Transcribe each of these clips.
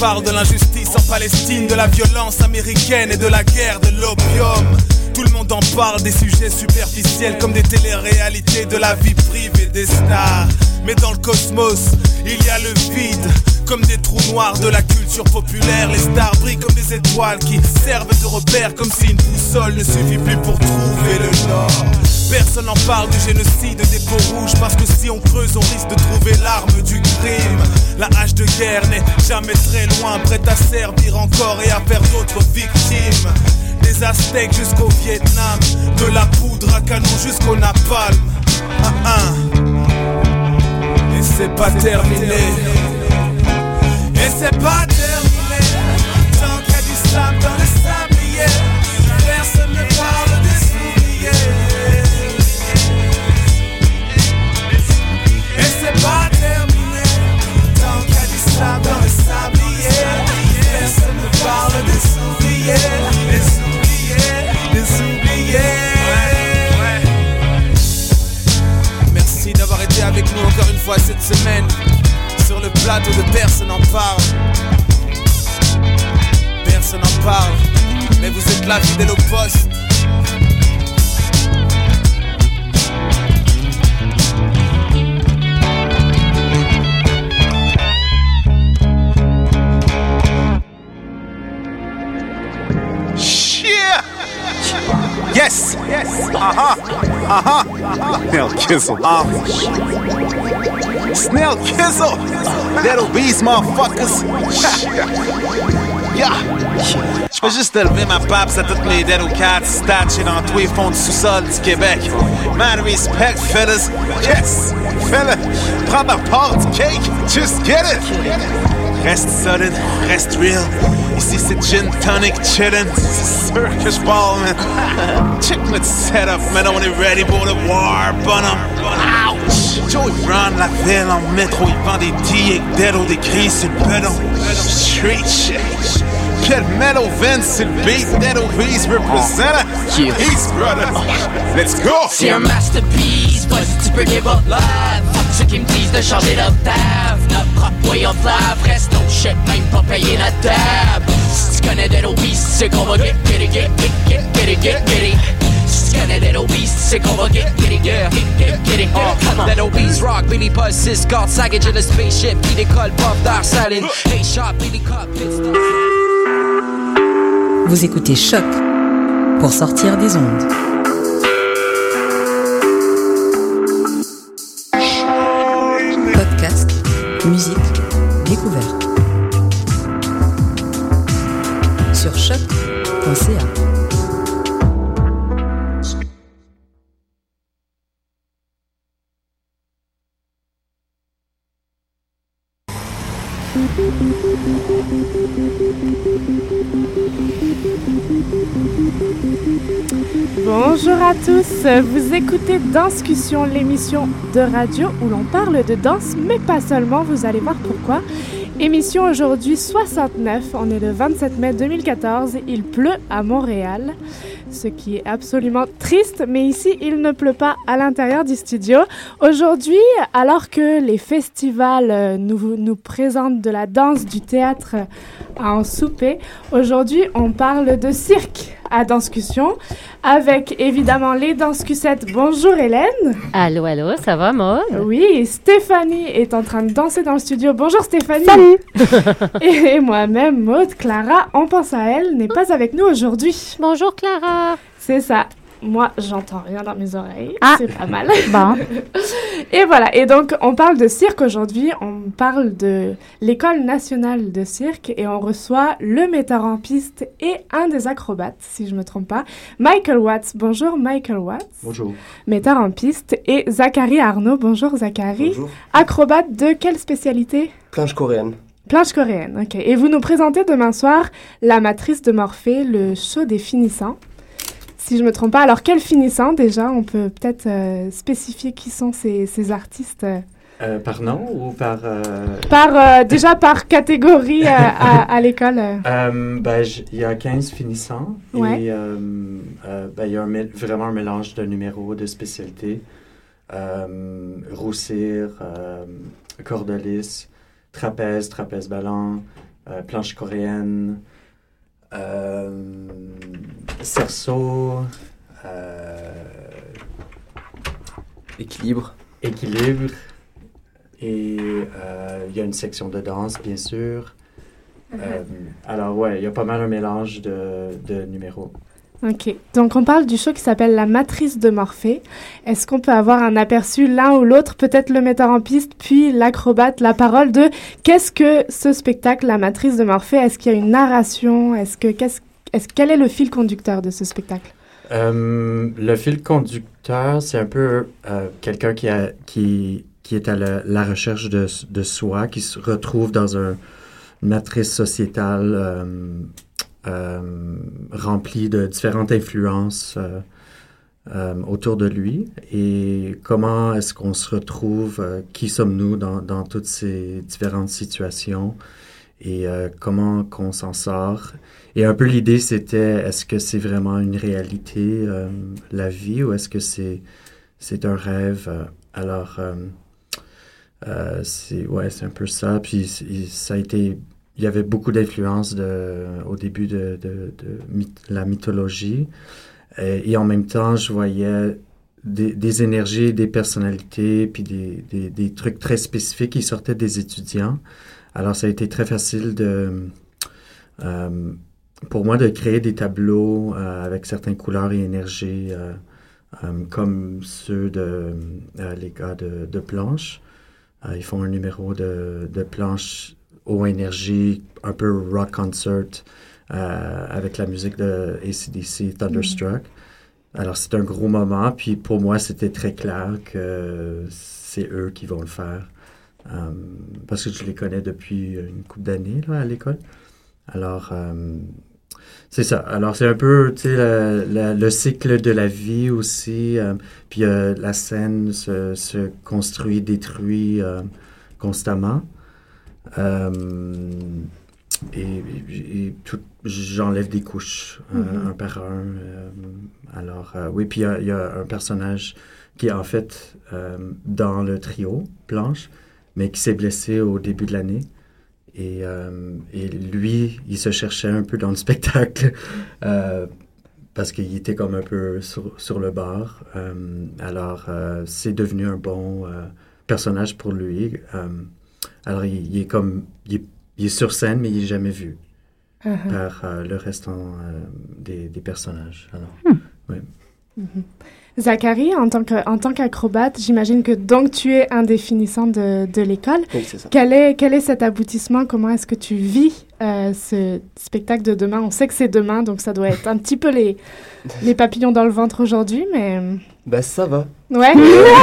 parle de l'injustice en Palestine, de la violence américaine et de la guerre de l'opium. Tout le monde en parle, des sujets superficiels comme des téléréalités de la vie privée des stars. Mais dans le cosmos, il y a le vide, comme des trous noirs de la culture populaire. Les stars brillent comme des étoiles qui servent de repères, comme si une boussole ne suffit plus pour trouver le nord. Personne n'en parle du génocide des peaux rouges, parce que si on creuse, on risque de trouver l'arme du crime. La hache de guerre n'est jamais très loin, prête à servir encore et à faire d'autres victimes. Des Aztèques jusqu'au Vietnam, de la poudre à canon jusqu'au napalm. Et c'est pas terminé. Et c'est pas terminé. Tant qu'il y a du sable dans le sablier, personne ne parle des ouvriers. Et c'est pas terminé. Tant qu'il y a du sable dans le sablier, personne ne parle des ouvriers. Les oubliés. Merci d'avoir été avec nous encore une fois cette semaine sur le plateau de Personne n'en parle. Personne n'en parle, mais vous êtes là fidèle au poste. Yes! Snell Kizzle. Snell Kizzle! That obese motherfuckers! Yeah! Je vais juste lever ma pape à toutes mes Dead Cats statchés dans tous les fonds du sous-sol du Québec. Man, respect, fellas. Yes! Fella, prends ta part du cake. Just get it! Reste solide, reste real. Ici c'est gin tonic chillin'. C'est sûr que j'parle, man. Check notre setup, man. On est ready pour le war, bonhomme. Ouch! Joey run la ville en métro. Il vend des tea avec Dedo des cris sur le pedon. Street shit. Quel metal Vince sur le beat. Dedo Reese represent. Peace, brother. Let's go! C'est un masterpiece, vas-y tu peux give up live. Fuck ceux qui me disent de changer d'octave. Notre propre way of life, reste no shit, même pas payer la table. Si tu connais Dead Obese, c'est qu'on va get it. Si tu connais Dead Obese, c'est qu'on va get it. Dead Obese rock, Billy Buzz, Ciscard, Saggage in a spaceship qui décolle, Puff d'art saline. Hey shot, Billy Cop, pit. Vous écoutez Choc pour sortir des ondes. Podcast, musique, découverte. Sur choc.ca. Bonjour à tous, vous écoutez Danscussion, l'émission de radio où l'on parle de danse, mais pas seulement, vous allez voir pourquoi. Émission aujourd'hui 69, on est le 27 mai 2014, il pleut à Montréal, ce qui est absolument triste, mais ici il ne pleut pas à l'intérieur du studio. Aujourd'hui, alors que les festivals nous présentent de la danse, du théâtre à en souper, aujourd'hui on parle de cirque à Danscussion, avec évidemment les Danscussettes. Bonjour Hélène. Allô, ça va Maud? Oui, Stéphanie est en train de danser dans le studio. Bonjour Stéphanie. Salut. Et moi-même, Maud, Clara, on pense à elle, n'est pas avec nous aujourd'hui. Bonjour Clara. C'est ça. Moi, j'entends rien dans mes oreilles. Ah. C'est pas mal. Bon. Et voilà. Et donc, on parle de cirque aujourd'hui. On parle de l'École nationale de cirque et on reçoit le metteur en piste et un des acrobates, si je me trompe pas, Michael Watts. Bonjour Michael Watts. Bonjour. Metteur en piste. Et Zachary Arnaud. Bonjour Zachary. Bonjour. Acrobate de quelle spécialité? Planche coréenne. Planche coréenne, ok. Et vous nous présentez demain soir La Matrice de Morphée, le show des finissants. Si je ne me trompe pas, alors quels finissants déjà? On peut peut-être spécifier qui sont ces artistes Par nom ou par... Déjà par catégorie à l'école. Il y a 15 finissants. Ouais. Et il y a vraiment un mélange de numéros, de spécialités. Roussir, corde lisse, trapèze ballon, planche coréenne, cerceau, équilibre. Et il y a une section de danse, bien sûr. Alors, ouais, il y a pas mal un mélange de numéros. Ok, donc on parle du show qui s'appelle La Matrice de Morphée. Est-ce qu'on peut avoir un aperçu l'un ou l'autre, peut-être le metteur en piste, puis l'acrobate, la parole de qu'est-ce que ce spectacle, La Matrice de Morphée? Est-ce qu'il y a une narration? Quel est le fil conducteur de ce spectacle? Le fil conducteur, c'est un peu quelqu'un qui est à la recherche de soi, qui se retrouve dans une matrice sociétale remplie de différentes influences autour de lui. Et comment est-ce qu'on se retrouve, qui sommes-nous dans toutes ces différentes situations et comment qu'on s'en sort. Et un peu l'idée, c'était, est-ce que c'est vraiment une réalité, la vie, ou est-ce que c'est un rêve? Alors, c'est un peu ça. Puis ça a été, il y avait beaucoup d'influences au début de la mythologie. Et en même temps, je voyais des énergies, des personnalités, puis des trucs très spécifiques qui sortaient des étudiants. Alors, ça a été très facile pour moi de créer des tableaux avec certaines couleurs et énergies, comme ceux les gars de Planche. Ils font un numéro de Planche haut énergie, un peu rock concert, avec la musique de AC/DC, Thunderstruck. Alors, c'est un gros moment, puis pour moi, c'était très clair que c'est eux qui vont le faire. Parce que je les connais depuis une couple d'années là, à l'école. Alors, c'est ça. Alors, c'est un peu, tu sais, le cycle de la vie aussi. Puis la scène se construit, détruit constamment. Et j'enlève des couches un par un. Alors, oui, puis il y a un personnage qui est en fait dans le trio, Planche, mais qui s'est blessé au début de l'année. Et lui, il se cherchait un peu dans le spectacle parce qu'il était comme un peu sur le bord. Alors, c'est devenu un bon personnage pour lui. Alors, il est sur scène, mais il n'est jamais vu par le restant des personnages. Alors, ouais. Zachary, en tant qu'acrobate, j'imagine que donc tu es un des finissants de l'école. Oui, c'est ça. Quel est cet aboutissement? Comment est-ce que tu vis ce spectacle de demain? On sait que c'est demain, donc ça doit être un petit peu les papillons dans le ventre aujourd'hui, mais... Ben, ça va. Ouais.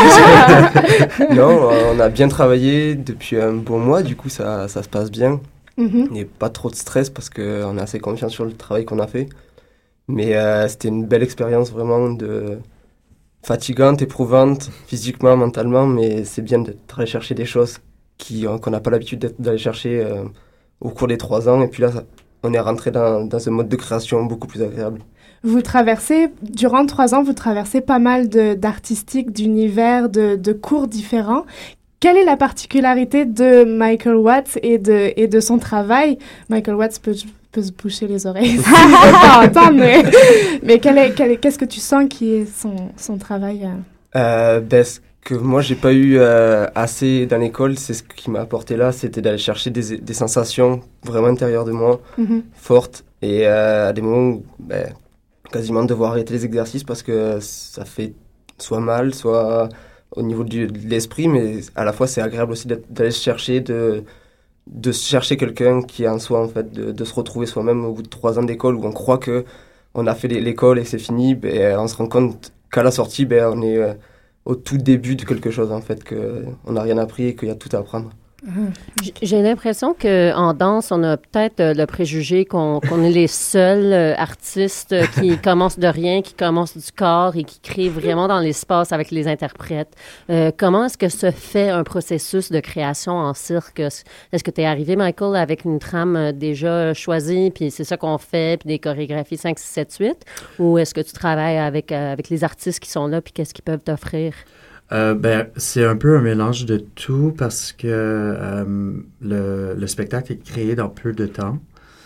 Non, on a bien travaillé depuis un bon mois, du coup ça se passe bien. Il n'y a pas trop de stress parce qu'on est assez confiant sur le travail qu'on a fait. Mais c'était une belle expérience vraiment fatigante, éprouvante, physiquement, mentalement, mais c'est bien d'être allé chercher des choses qu'on n'a pas l'habitude d'aller chercher au cours des 3 ans. Et puis là, on est rentré dans un mode de création beaucoup plus agréable. Durant 3 ans, vous traversez pas mal d'artistiques, d'univers, de cours différents. Quelle est la particularité de Michael Watts et de son travail? Michael Watts peut se boucher les oreilles. Attends, mais qu'est-ce que tu sens qui est son travail? Ce que moi, j'ai pas eu assez dans l'école, c'est ce qui m'a apporté là, c'était d'aller chercher des sensations vraiment intérieures de moi, fortes, et à des moments où quasiment devoir arrêter les exercices parce que ça fait soit mal, soit au niveau de l'esprit, mais à la fois c'est agréable aussi d'aller chercher, de chercher quelqu'un qui est en soi, en fait, de se retrouver soi-même au bout de 3 ans d'école où on croit que on a fait l'école et c'est fini, on se rend compte qu'à la sortie, on est au tout début de quelque chose, en fait, qu'on n'a rien appris et qu'il y a tout à apprendre. J'ai l'impression qu'en danse, on a peut-être le préjugé qu'on est les seuls artistes qui commencent de rien, qui commencent du corps et qui créent vraiment dans l'espace avec les interprètes. Comment est-ce que se fait un processus de création en cirque? Est-ce que tu es arrivé, Michael, avec une trame déjà choisie, puis c'est ça qu'on fait, puis des chorégraphies 5, 6, 7, 8? Ou est-ce que tu travailles avec les artistes qui sont là, puis qu'est-ce qu'ils peuvent t'offrir? C'est un peu un mélange de tout parce que le spectacle est créé dans peu de temps.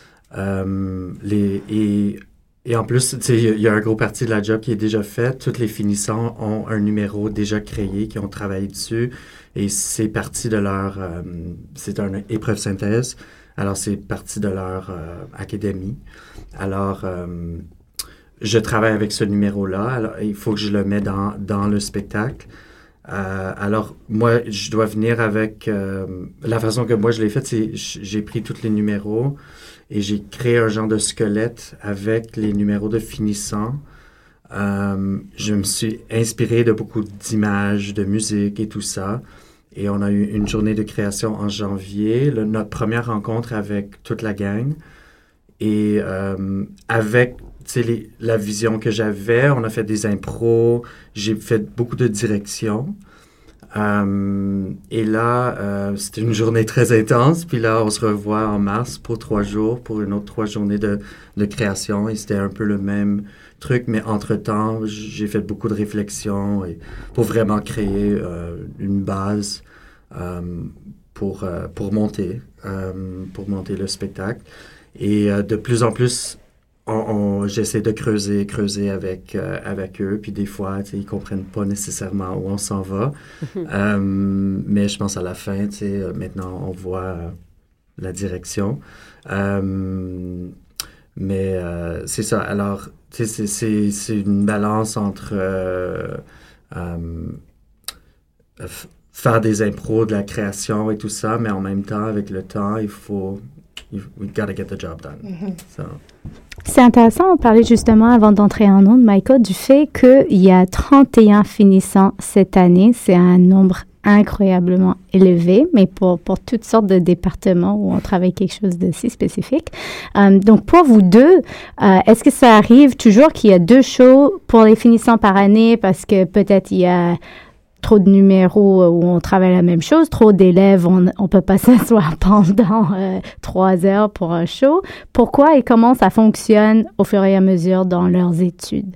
Et en plus, il y a un gros parti de la job qui est déjà fait. Tous les finissants ont un numéro déjà créé, qui ont travaillé dessus. Et c'est parti de leur... c'est une épreuve synthèse. Alors, c'est parti de leur académie. Alors, je travaille avec ce numéro-là. Alors, il faut que je le mette dans le spectacle. Alors, moi, je dois venir avec... la façon que moi, je l'ai faite, c'est j'ai pris tous les numéros et j'ai créé un genre de squelette avec les numéros de finissants. Je me suis inspiré de beaucoup d'images, de musique et tout ça. Et on a eu une journée de création en janvier, notre première rencontre avec toute la gang. Et avec la vision que j'avais, on a fait des impros, j'ai fait beaucoup de direction. Et là, c'était une journée très intense. Puis là, on se revoit en mars pour 3 jours, pour une autre 3 journées de création. Et c'était un peu le même truc, mais entre-temps, j'ai fait beaucoup de réflexions pour vraiment créer une base pour monter le spectacle. Et de plus en plus, j'essaie de creuser avec eux, puis des fois, ils comprennent pas nécessairement où on s'en va. Mais je pense à la fin, maintenant, on voit la direction. Mais c'est ça. Alors, c'est une balance entre faire des impros, de la création et tout ça, mais en même temps, avec le temps, we gotta get the job done. So. C'est intéressant, on parlait justement avant d'entrer en ondes, Michael, du fait qu'il y a 31 finissants cette année. C'est un nombre incroyablement élevé, mais pour toutes sortes de départements où on travaille quelque chose de si spécifique. Donc, pour vous deux, est-ce que ça arrive toujours qu'il y a 2 shows pour les finissants par année parce que peut-être il y a trop de numéros où on travaille la même chose, trop d'élèves, on peut pas s'asseoir pendant 3 heures pour un show. Pourquoi et comment ça fonctionne au fur et à mesure dans leurs études?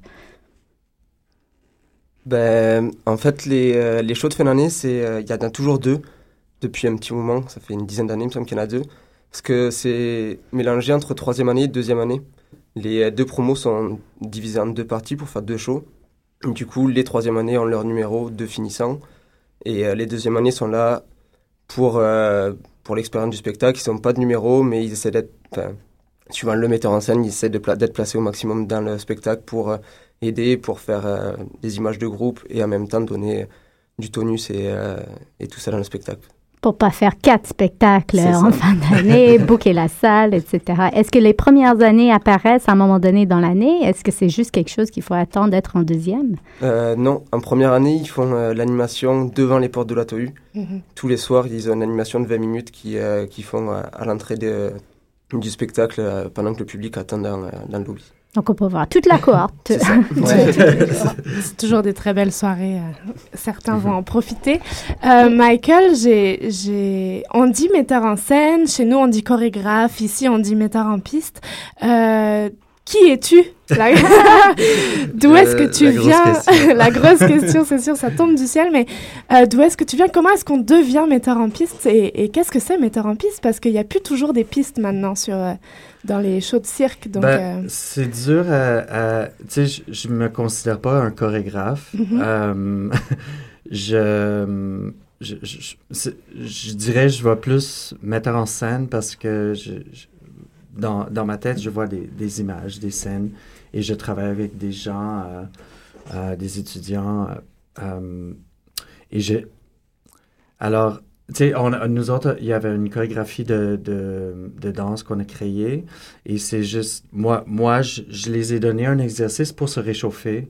En fait, les shows de fin d'année, il y en a toujours 2 depuis un petit moment. Ça fait une dizaine d'années, il me semble qu'il y en a 2. Parce que c'est mélangé entre 3e année et 2e année. Les 2 promos sont divisés en 2 parties pour faire 2 shows. Du coup, les 3e années ont leur numéro de finissant et les 2e années sont là pour l'expérience du spectacle. Ils n'ont pas de numéro, mais ils essaient d'être, suivant le metteur en scène, ils essaient d'être placés au maximum dans le spectacle pour aider, pour faire des images de groupe et en même temps donner du tonus et tout ça dans le spectacle. Pour pas faire 4 spectacles en fin d'année, booker la salle, etc. Est-ce que les premières années apparaissent à un moment donné dans l'année? Est-ce que c'est juste quelque chose qu'il faut attendre d'être en 2e? Non, en première année, ils font l'animation devant les portes de l'ATU. Tous les soirs, ils ont une animation de 20 minutes qu'ils font à l'entrée du spectacle pendant que le public attend dans le lobby. Donc, on peut voir toute la cohorte. C'est ça. C'est toujours des très belles soirées. Certains vont en profiter. Michael, on dit metteur en scène. Chez nous, on dit chorégraphe. Ici, on dit metteur en piste. Qui es-tu? D'où est-ce que tu viens? La grosse question, c'est sûr, ça tombe du ciel. Mais d'où est-ce que tu viens? Comment est-ce qu'on devient metteur en piste? Et qu'est-ce que c'est metteur en piste? Parce qu'il n'y a plus toujours des pistes maintenant dans les shows de cirque. Donc, c'est dur tu sais, je me considère pas un chorégraphe. Je dirais je vais plus mettre en scène parce que dans ma tête, je vois des images, des scènes et je travaille avec des gens, des étudiants. Alors, tu sais, nous autres, il y avait une chorégraphie de danse qu'on a créée et c'est juste, moi je les ai donné un exercice pour se réchauffer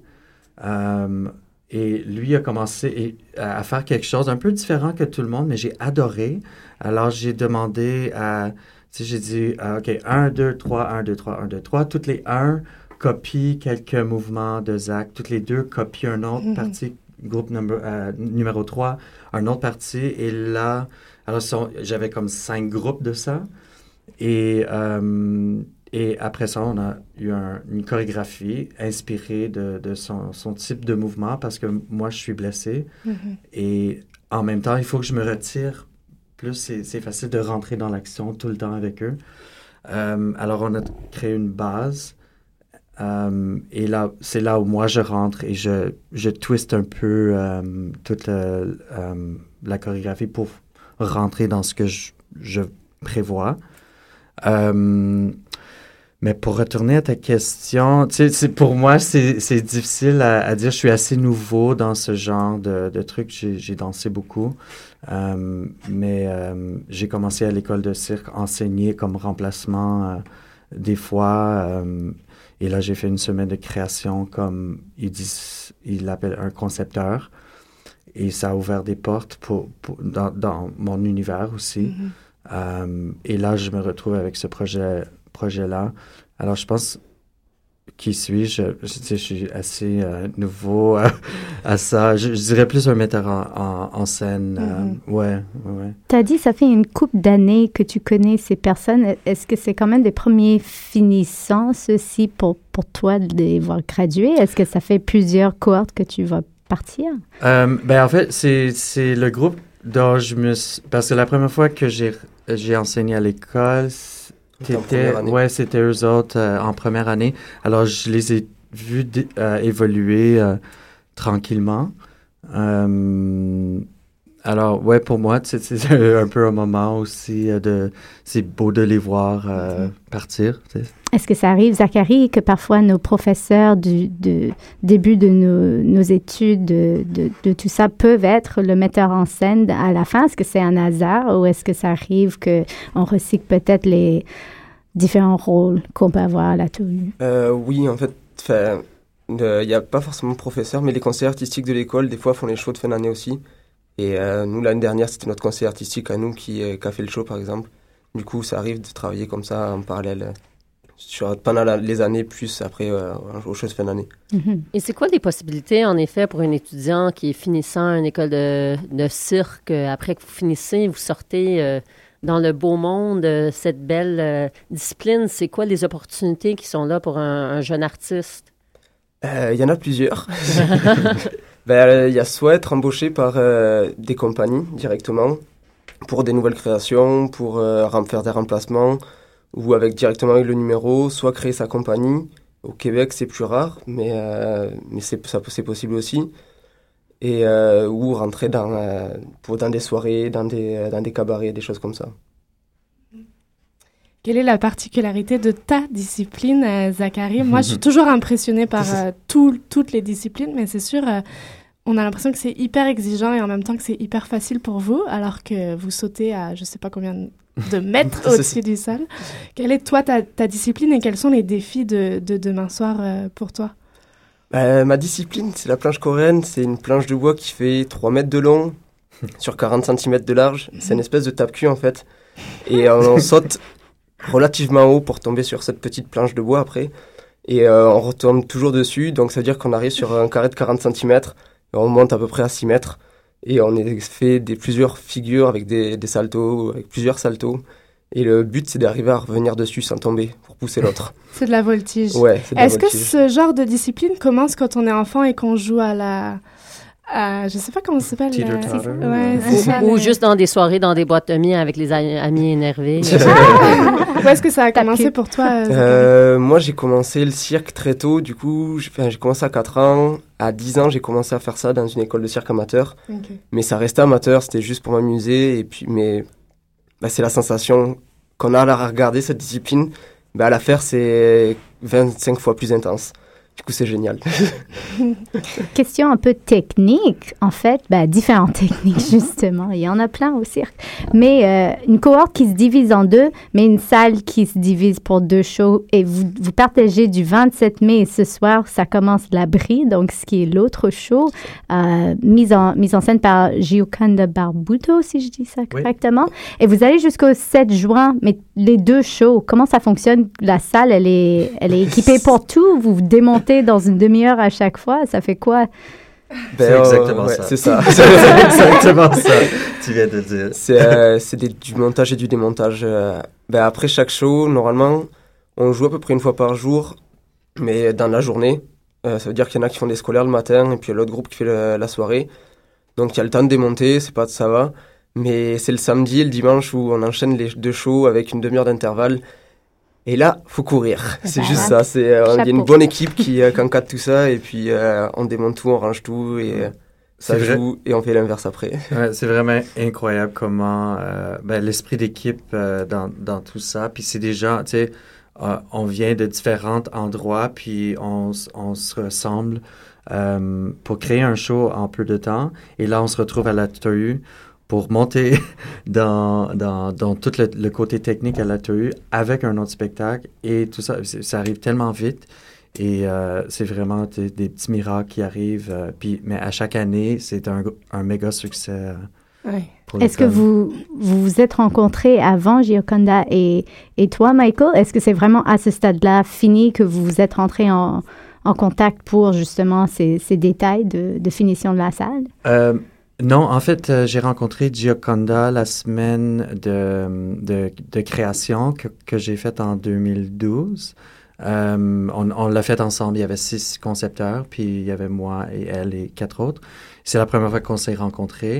et lui a commencé à faire quelque chose un peu différent que tout le monde, mais j'ai adoré. Alors, j'ai demandé tu sais, j'ai dit, OK, 1, 2, 3, 1, 2, 3, 1, 2, 3. Toutes les 1 copient quelques mouvements de Zach. Toutes les 2 copient une autre partie, groupe numéro 3, un autre partie. Et là, alors j'avais comme 5 groupes de ça. Et et après ça, on a eu une chorégraphie inspirée de son type de mouvement parce que moi, je suis blessé. Et en même temps, il faut que je me retire. Plus, c'est facile de rentrer dans l'action tout le temps avec eux. Alors, on a créé une base. Et là, c'est là où moi, je rentre et je twiste un peu toute la chorégraphie pour rentrer dans ce que je prévois. Mais pour retourner à ta question, tu sais, pour moi, c'est difficile à dire. Je suis assez nouveau dans ce genre de trucs. J'ai dansé beaucoup. Mais j'ai commencé à l'école de cirque, enseigner comme remplacement des fois. Et là, j'ai fait une semaine de création comme il l'appelle un concepteur. Et ça a ouvert des portes dans mon univers aussi. Et là, je me retrouve avec ce projet-là. Alors, je pense, qui suis-je? Je suis assez nouveau à ça. Je dirais plus un metteur en scène. Ouais. Tu as dit, ça fait une couple d'années que tu connais ces personnes. Est-ce que c'est quand même des premiers finissants, ceux-ci, pour toi, de les voir graduer? Est-ce que ça fait plusieurs cohortes que tu vas partir? En fait, c'est le groupe dont parce que la première fois que j'ai enseigné à l'école, c'était eux autres en première année. Alors, je les ai vus évoluer tranquillement. Alors, ouais, pour moi, c'est un peu un moment aussi c'est beau de les voir partir. T'sais. Est-ce que ça arrive, Zachary, que parfois nos professeurs du début de nos études, de tout ça, peuvent être le metteur en scène à la fin? Est-ce que c'est un hasard ou est-ce que ça arrive qu'on recycle peut-être les différents rôles qu'on peut avoir à la tenue? Oui, en fait, il n'y a pas forcément de professeur, mais les conseillers artistiques de l'école, des fois, font les shows de fin d'année aussi. Et nous, l'année dernière, c'était notre conseiller artistique à nous qui a fait le show, par exemple. Du coup, ça arrive de travailler comme ça en parallèle pendant les années, plus après aux shows de fin d'année. Et c'est quoi les possibilités, en effet, pour un étudiant qui est finissant une école de cirque? Après que vous finissez, vous sortez dans le beau monde, cette belle discipline. C'est quoi les opportunités qui sont là pour un jeune artiste? Il y en a plusieurs. Il y a soit être embauché par des compagnies directement pour des nouvelles créations, pour faire des remplacements ou directement avec le numéro, soit créer sa compagnie. Au Québec, c'est plus rare, mais c'est possible aussi. Et ou rentrer dans des soirées, dans des cabarets, des choses comme ça. Quelle est la particularité de ta discipline, Zachary? Moi, je suis toujours impressionnée par toutes les disciplines, mais c'est sûr, on a l'impression que c'est hyper exigeant et en même temps que c'est hyper facile pour vous, alors que vous sautez à je ne sais pas combien de mètres au-dessus du sol. Quelle est, toi, ta discipline et quels sont les défis de demain soir pour toi? Ma discipline, c'est la planche coréenne. C'est une planche de bois qui fait 3 mètres de long sur 40 cm de large. C'est une espèce de tape-cul, en fait. Et on saute relativement haut pour tomber sur cette petite planche de bois après. Et on retombe toujours dessus. Donc, ça veut dire qu'on arrive sur un carré de 40 cm. On monte à peu près à 6 mètres. Et on fait plusieurs figures avec des saltos, avec plusieurs saltos. Et le but, c'est d'arriver à revenir dessus sans tomber pour pousser l'autre. C'est de la voltige. Ouais, c'est de la voltige. Est-ce que ce genre de discipline commence quand on est enfant et qu'on joue à la... je sais pas comment ça s'appelle. Teeter-totter. Ou juste dans des soirées, dans des boîtes de nuit avec les amis énervés. Où est-ce que ça a commencé pour toi? Moi, j'ai commencé le cirque très tôt. Du coup, j'ai commencé à 4 ans. À 10 ans, j'ai commencé à faire ça dans une école de cirque amateur. Okay. Mais ça restait amateur, c'était juste pour m'amuser. Et puis, c'est la sensation qu'on a à la regarder, cette discipline. À la faire, c'est 25 fois plus intense. Du coup, c'est génial. Question un peu technique, en fait, différentes techniques, justement. Il y en a plein au cirque. Mais une cohorte qui se divise en deux, mais une salle qui se divise pour 2 shows. Et vous partagez du 27 mai et ce soir, ça commence la Brie, donc ce qui est l'autre show, mise en scène par Gioconda Barbuto, si je dis ça correctement. Oui. Et vous allez jusqu'au 7 juin, mais les 2 shows, comment ça fonctionne? La salle, elle est équipée pour tout? Vous démontez dans une demi-heure à chaque fois, ça fait quoi? C'est exactement ça. C'est ça. C'est exactement ça, tu viens de dire. C'est du montage et du démontage. Après chaque show, normalement, On joue à peu près une fois par jour, mais dans la journée. Ça veut dire qu'il y en a qui font des scolaires le matin, et puis l'autre groupe qui fait la soirée. Donc il y a le temps de démonter, ça va. Mais c'est le samedi et le dimanche où on enchaîne les 2 shows avec une demi-heure d'intervalle. Et là, faut courir. C'est juste ça. Il y a une bonne équipe qui encadre tout ça, et puis on démonte tout, on range tout, et ça joue, et on fait l'inverse après. Ouais, c'est vraiment incroyable comment l'esprit d'équipe dans tout ça. Puis c'est des gens, tu sais, on vient de différents endroits, puis on se ressemble pour créer un show en peu de temps. Et là, on se retrouve à la TOU pour monter dans tout le côté technique à la TOU avec un autre spectacle. Et tout ça, ça arrive tellement vite. Et c'est vraiment des petits miracles qui arrivent. Mais à chaque année, c'est un méga succès. Est-ce que vous vous êtes rencontrés avant Gioconda et toi, Michael? Est-ce que c'est vraiment à ce stade-là fini que vous vous êtes rentrés en contact pour justement ces détails de finition de la salle? Non, en fait, j'ai rencontré Gioconda la semaine de création que j'ai faite en 2012. On l'a fait ensemble. Il y avait 6 concepteurs, puis il y avait moi et elle et 4 autres. C'est la première fois qu'on s'est rencontrés.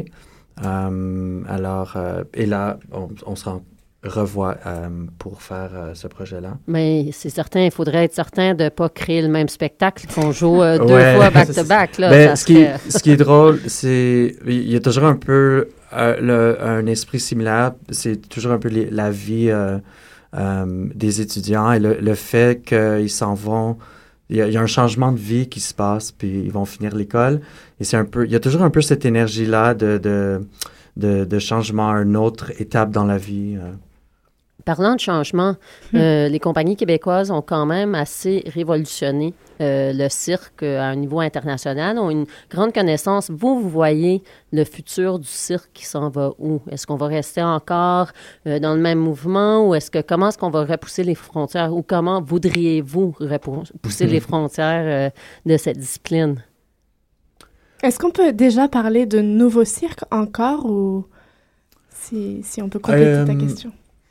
Et là, on se revoit pour faire ce projet-là. Mais c'est certain, il faudrait être certain de ne pas créer le même spectacle qu'on joue 2 fois back-to-back. Ce qui est drôle, c'est il y a toujours un peu un esprit similaire. C'est toujours un peu la vie des étudiants et le fait qu'ils s'en vont. Il y a un changement de vie qui se passe, puis ils vont finir l'école. Et il y a toujours un peu cette énergie-là de changement à une autre étape dans la vie. Parlant de changement, les compagnies québécoises ont quand même assez révolutionné le cirque à un niveau international, ont une grande connaissance. Vous voyez le futur du cirque qui s'en va où? Est-ce qu'on va rester encore dans le même mouvement ou comment est-ce qu'on va repousser les frontières ou comment voudriez-vous repousser les frontières de cette discipline? Est-ce qu'on peut déjà parler de nouveaux cirques encore ou si on peut compléter ta question?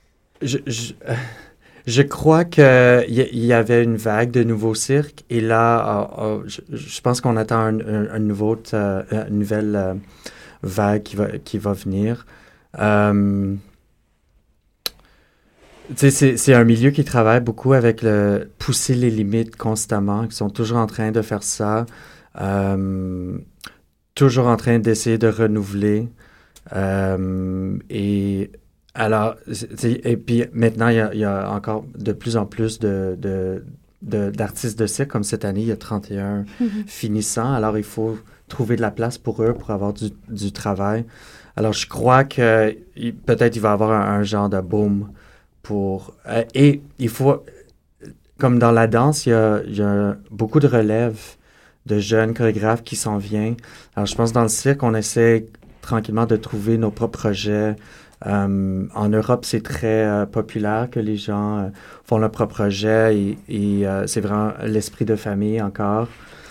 Je crois qu'il y avait une vague de nouveaux cirques et là, je pense qu'on attend une nouvelle vague qui va venir. C'est un milieu qui travaille beaucoup avec pousser les limites constamment, ils sont toujours en train de faire ça, toujours en train d'essayer de renouveler. Et puis maintenant, il y a encore de plus en plus d'artistes de cirque, comme cette année, il y a 31 finissants. Alors, il faut trouver de la place pour eux, pour avoir du travail. Alors, je crois que peut-être il va y avoir un genre de boom et il faut, comme dans la danse, il y a beaucoup de relève de jeunes chorégraphes qui s'en viennent. Alors, je pense que dans le cirque, on essaie tranquillement de trouver nos propres projets. En Europe, c'est très populaire que les gens font leur propre projet et c'est vraiment l'esprit de famille encore.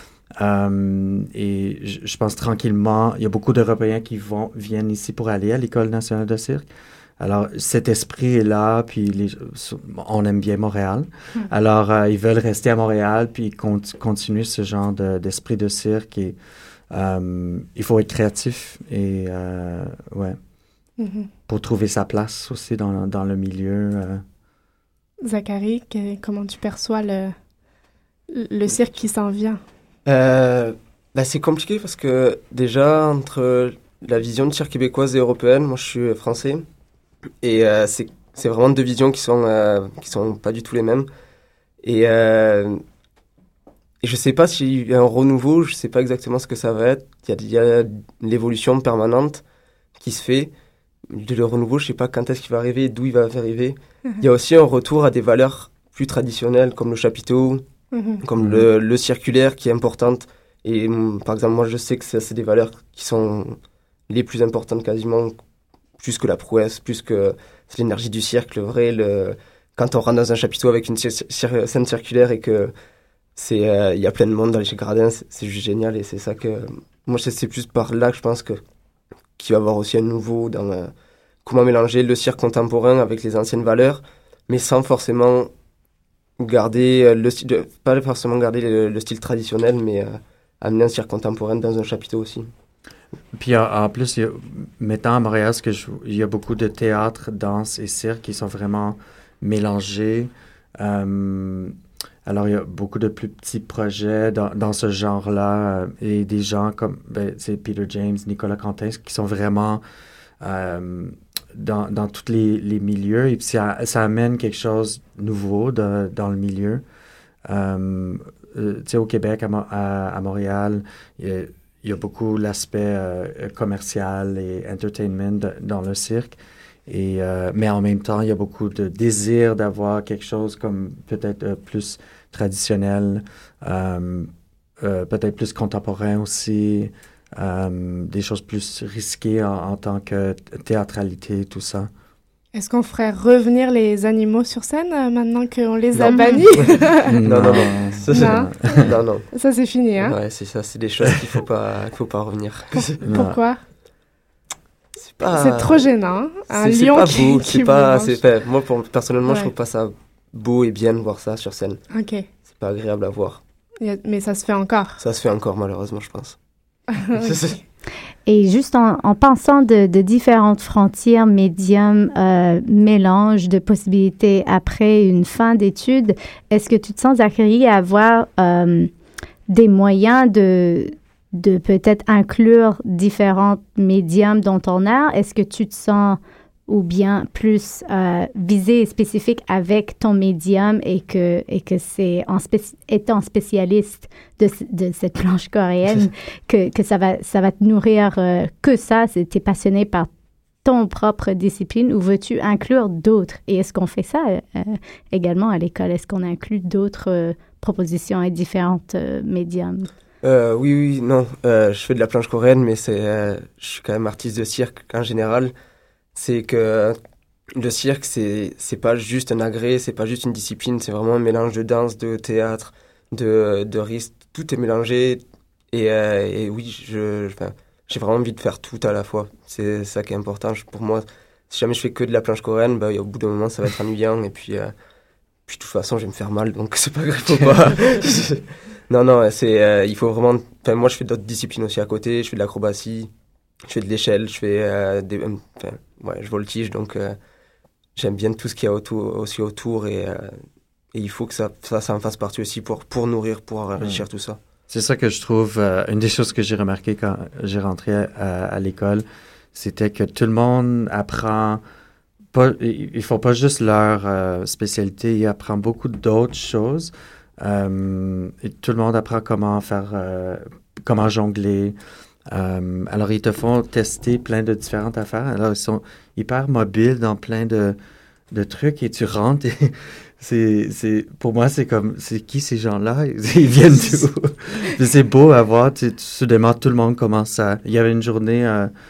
Et je pense tranquillement, il y a beaucoup d'Européens qui viennent ici pour aller à l'École nationale de cirque. Alors, cet esprit est là, puis on aime bien Montréal. Alors, ils veulent rester à Montréal, puis continuer ce genre d'esprit de cirque. Et il faut être créatif et pour trouver sa place aussi dans le milieu. Zachary, comment tu perçois le cirque qui s'en vient? C'est compliqué parce que déjà, entre la vision de cirque québécoise et européenne, moi je suis français, et c'est vraiment 2 visions qui sont pas du tout les mêmes. Et je sais pas s'il y a un renouveau, je sais pas exactement ce que ça va être. Il y a l'évolution permanente qui se fait. Le renouveau, je sais pas quand est-ce qu'il va arriver, d'où il va arriver. Il y a aussi un retour à des valeurs plus traditionnelles, comme le chapiteau, comme le circulaire qui est importante. Et par exemple, moi, je sais que c'est des valeurs qui sont les plus importantes quasiment, plus que la prouesse, plus que c'est l'énergie du cirque, le vrai. Quand on rentre dans un chapiteau avec une scène circulaire et que il y a plein de monde dans les gradins, c'est juste génial. Et c'est ça que... Moi, c'est plus par là que je pense qu'il va y avoir aussi un nouveau dans comment mélanger le cirque contemporain avec les anciennes valeurs, mais sans forcément garder le style, pas forcément garder le style traditionnel, mais amener un cirque contemporain dans un chapiteau aussi. Puis en plus, maintenant à Montréal, il y a beaucoup de théâtre, danse et cirque qui sont vraiment mélangés. Alors, il y a beaucoup de plus petits projets dans ce genre-là et des gens comme Peter James, Nicolas Quentin, qui sont vraiment dans tous les milieux. Et puis, ça amène quelque chose de nouveau dans le milieu. Tu sais, au Québec, à Montréal, il y a beaucoup l'aspect commercial et entertainment dans le cirque. Mais en même temps, il y a beaucoup de désir d'avoir quelque chose comme peut-être plus traditionnel, peut-être plus contemporain aussi, des choses plus risquées en tant que théâtralité, tout ça. Est-ce qu'on ferait revenir les animaux sur scène maintenant qu'on les a bannis? Non. Non. Ça, c'est fini, hein? Ouais, c'est ça. C'est des choses qu'il faut pas revenir. Pourquoi? Pas... C'est trop gênant. Un c'est lion pas qui, beau. qui Moi, personnellement, je trouve pas ça beau et bien de voir ça sur scène. Ok. C'est pas agréable à voir. Mais ça se fait encore. Ça se fait encore, malheureusement, je pense. Et juste en pensant de différentes frontières, médiums, mélange de possibilités après une fin d'études, est-ce que tu te sens, Zachary, à avoir des moyens de peut-être inclure différents médiums dans ton art? Est-ce que tu te sens ou bien plus visé et spécifique avec ton médium et que c'est étant spécialiste de cette planche coréenne que ça va te nourrir que ça, t'es passionné par ton propre discipline ou veux-tu inclure d'autres? Et est-ce qu'on fait ça également à l'école? Est-ce qu'on inclut d'autres propositions et différentes médiums? Oui, non. Je fais de la planche coréenne, mais je suis quand même artiste de cirque en général. C'est que le cirque, c'est pas juste un agrès, c'est pas juste une discipline, c'est vraiment un mélange de danse, de théâtre, de risque. Tout est mélangé. Et oui, j'ai vraiment envie de faire tout à la fois. C'est ça qui est important pour moi. Si jamais je fais que de la planche coréenne, au bout d'un moment, ça va être ennuyant. Et puis de toute façon, je vais me faire mal, donc c'est pas grave, faut pas. Non, il faut vraiment... moi, je fais d'autres disciplines aussi à côté. Je fais de l'acrobatie, je fais de l'échelle, je fais je voltige. Donc, j'aime bien tout ce qu'il y a autour. Et il faut que ça en fasse partie aussi pour nourrir, pour enrichir tout ça. C'est ça que je trouve... une des choses que j'ai remarqué quand j'ai rentré à l'école, c'était que tout le monde apprend... ils font pas juste leur spécialité, ils apprennent beaucoup d'autres choses. Et tout le monde apprend comment jongler. Alors, ils te font tester plein de différentes affaires. Alors, ils sont hyper mobiles dans plein de trucs et tu rentres et pour moi, c'est comme, c'est qui ces gens-là? Ils viennent d'où? C'est beau à voir. Soudainement, tout le monde commence à... Il y avait une journée,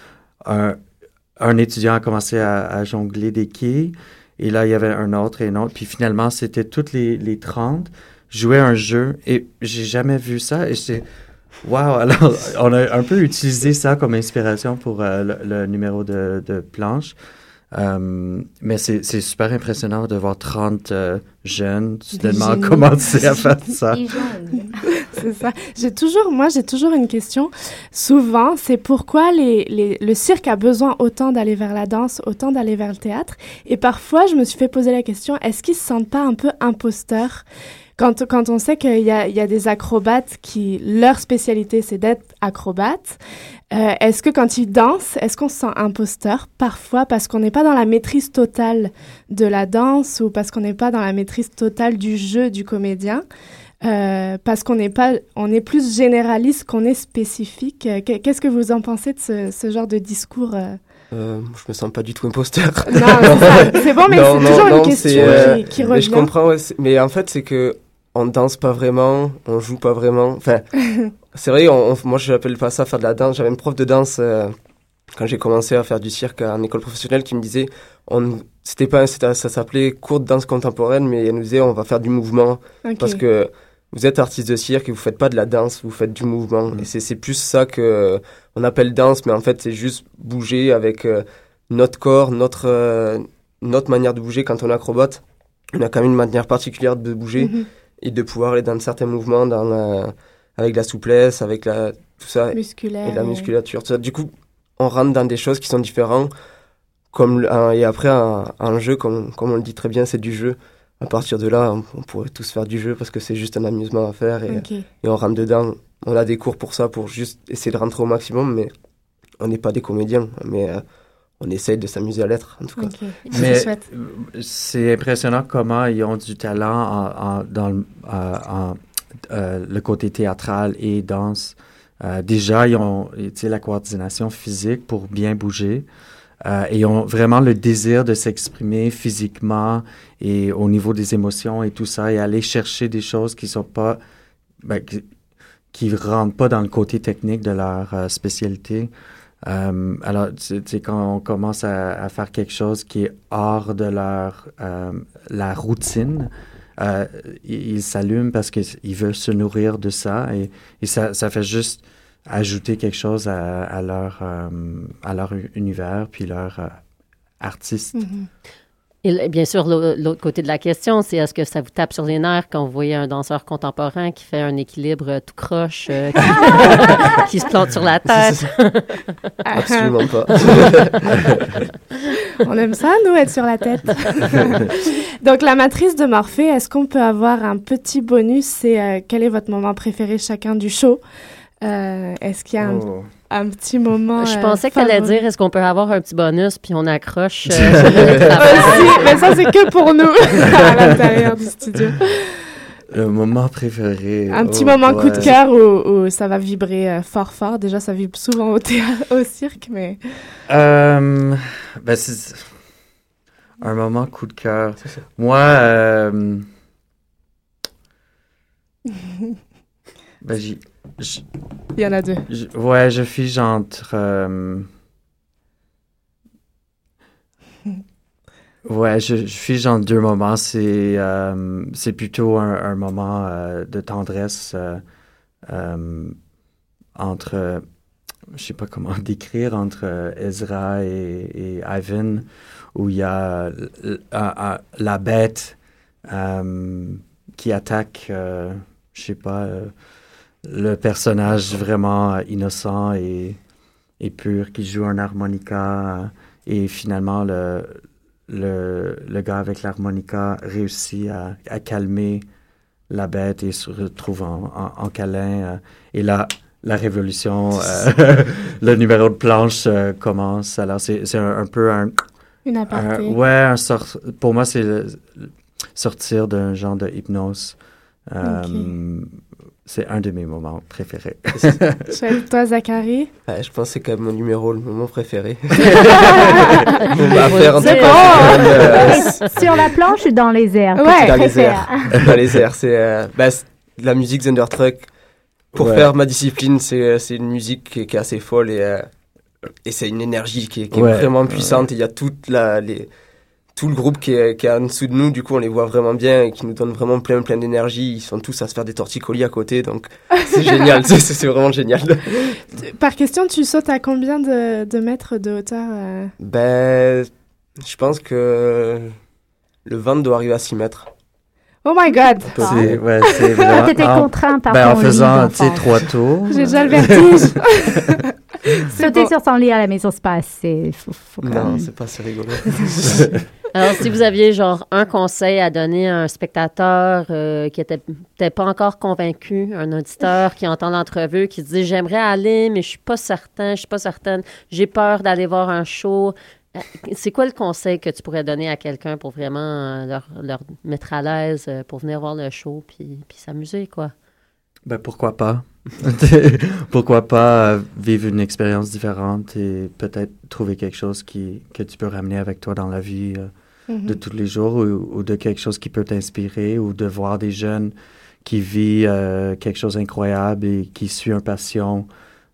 un étudiant a commencé à jongler des quilles et là, il y avait un autre et un autre. Puis finalement, c'était toutes les 30 jouer un jeu et j'ai jamais vu ça et c'est wow. Alors on a un peu utilisé ça comme inspiration pour le numéro de planche, mais c'est super impressionnant de voir 30 jeunes soudainement commencer à faire ça. C'est ça. J'ai toujours une question. Souvent, c'est pourquoi le cirque a besoin autant d'aller vers la danse, autant d'aller vers le théâtre. Et parfois, je me suis fait poser la question, est-ce qu'ils se sentent pas un peu imposteurs? Quand on sait qu'il y a des acrobates qui, leur spécialité, c'est d'être acrobates, est-ce que quand ils dansent, est-ce qu'on se sent imposteur? Parfois, parce qu'on n'est pas dans la maîtrise totale de la danse ou parce qu'on n'est pas dans la maîtrise totale du jeu du comédien, parce qu'on est plus généraliste qu'on est spécifique. Qu'est-ce que vous en pensez de ce genre de discours je me sens pas du tout imposteur. Non, c'est bon, mais c'est toujours une question qui revient. Mais je comprends, mais en fait, c'est que on danse pas vraiment, on joue pas vraiment. Enfin, c'est vrai, moi je n'appelle pas ça faire de la danse. J'avais une prof de danse quand j'ai commencé à faire du cirque en école professionnelle qui me disait, ça s'appelait cours de danse contemporaine, mais elle nous disait on va faire du mouvement parce que vous êtes artiste de cirque et vous faites pas de la danse, vous faites du mouvement. Et c'est plus ça que on appelle danse, mais en fait c'est juste bouger avec notre corps, notre manière de bouger quand on est acrobate. on a quand même une manière particulière de bouger et de pouvoir aller dans certains mouvements avec la souplesse, avec tout ça, musculaire, et la musculature. Tout ça. Du coup, on rentre dans des choses qui sont différentes. Et après, un jeu, comme on le dit très bien, c'est du jeu. À partir de là, on pourrait tous faire du jeu parce que c'est juste un amusement à faire et on rentre dedans. On a des cours pour ça, pour juste essayer de rentrer au maximum, mais on n'est pas des comédiens. Mais on essaye de s'amuser à l'être, en tout cas. Mais c'est impressionnant comment ils ont du talent dans le côté théâtral et danse. Déjà, ils ont la coordination physique pour bien bouger. Et ils ont vraiment le désir de s'exprimer physiquement et au niveau des émotions et tout ça, et aller chercher des choses qui sont pas, qui rentrent pas dans le côté technique de leur spécialité. Alors, quand on commence à faire quelque chose qui est hors de la routine, ils s'allument parce qu'ils veulent se nourrir de ça et ça fait juste ajouter quelque chose à leur univers puis leur artiste. Et bien sûr, l'autre côté de la question, c'est est-ce que ça vous tape sur les nerfs quand vous voyez un danseur contemporain qui fait un équilibre tout croche, qui se plante sur la tête? Absolument pas. On aime ça, nous, être sur la tête. Donc, la matrice de Morphée, est-ce qu'on peut avoir un petit bonus? C'est quel est votre moment préféré chacun du show? Est-ce qu'il y a un petit moment... Je pensais que tu allais dire, est-ce qu'on peut avoir un petit bonus, puis on accroche... Aussi, mais ça, c'est que pour nous, à l'intérieur du studio. Le moment préféré... Un petit moment coup de cœur où ça va vibrer fort, fort. Déjà, ça vibre souvent au cirque, mais... c'est un moment coup de cœur. Moi, il y en a deux. Je fige entre... je fige entre deux moments. C'est plutôt un moment de tendresse entre... je sais pas comment décrire, entre Ezra et Ivan, où il y a la bête qui attaque, je sais pas... le personnage vraiment innocent et pur qui joue un harmonica et finalement le gars avec l'harmonica réussit à calmer la bête et se retrouve en câlin et là la révolution le numéro de planche commence. Alors c'est un peu une aparté. Pour moi c'est sortir d'un genre de hypnose. C'est un de mes moments préférés. Toi, Zachary? Je pense que c'est quand même mon numéro, le moment préféré. Sur la planche ou dans les airs? Dans les airs. Dans les airs. C'est la musique Thunderstruck. Pour faire ma discipline, c'est une musique qui est assez folle et c'est une énergie qui est vraiment puissante. Il y a tout le groupe qui est en dessous de nous, du coup, on les voit vraiment bien et qui nous donne vraiment plein d'énergie. Ils sont tous à se faire des torticolis à côté, donc c'est génial, c'est vraiment génial. Par question, tu sautes à combien de mètres de hauteur? Je pense que le ventre doit arriver à 6 mètres. Oh my God! C'est vraiment... T'étais contraint par en faisant, 3 tours. J'ai déjà le vertige. Sauter sur son lit à la maison, c'est pas assez. Non, c'est pas assez rigolo. Alors, si vous aviez genre un conseil à donner à un spectateur qui était peut-être pas encore convaincu, un auditeur qui entend l'entrevue, qui se dit « J'aimerais aller, mais je suis pas certaine, j'ai peur d'aller voir un show », c'est quoi le conseil que tu pourrais donner à quelqu'un pour vraiment leur mettre à l'aise pour venir voir le show puis s'amuser, quoi? Pourquoi pas? Pourquoi pas vivre une expérience différente et peut-être trouver quelque chose que tu peux ramener avec toi dans la vie de tous les jours ou de quelque chose qui peut t'inspirer ou de voir des jeunes qui vivent quelque chose d'incroyable et qui suivent une passion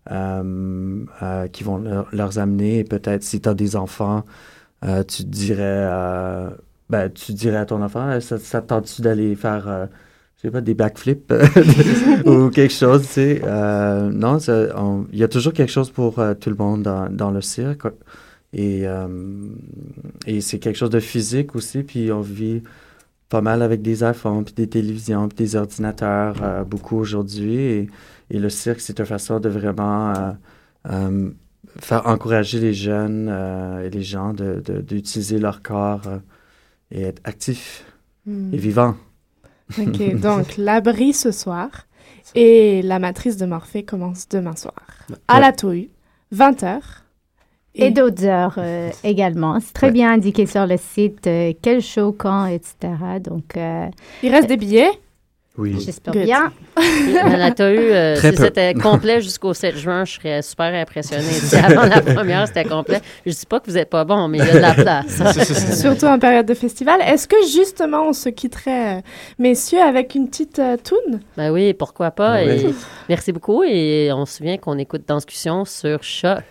qui vont leur amener. Et peut-être si tu as des enfants, tu dirais à ton enfant, ça te tente-tu d'aller faire... je sais pas, des backflips ou quelque chose, tu sais. Non, il y a toujours quelque chose pour tout le monde dans le cirque. Et c'est quelque chose de physique aussi, puis on vit pas mal avec des iPhones, puis des télévisions, puis des ordinateurs, beaucoup aujourd'hui. Et le cirque, c'est une façon de vraiment faire encourager les jeunes et les gens d'utiliser leur corps et être actifs et vivants. OK, donc l'abri ce soir et la matrice de Morphée commence demain soir. À la Tohu, 20h. Et d'autres heures également. C'est très bien indiqué sur le site quel show, quand, etc. Donc, il reste des billets? Oui. J'espère bien. La Tohu, si c'était complet jusqu'au 7 juin, je serais super impressionnée. Si avant la première, c'était complet. Je ne dis pas que vous n'êtes pas bon, mais il y a de la place. Surtout en période de festival. Est-ce que justement, on se quitterait, messieurs, avec une petite toune? Ben oui, pourquoi pas. Oui. Et merci beaucoup. Et on se souvient qu'on écoute Danscussion sur Choc.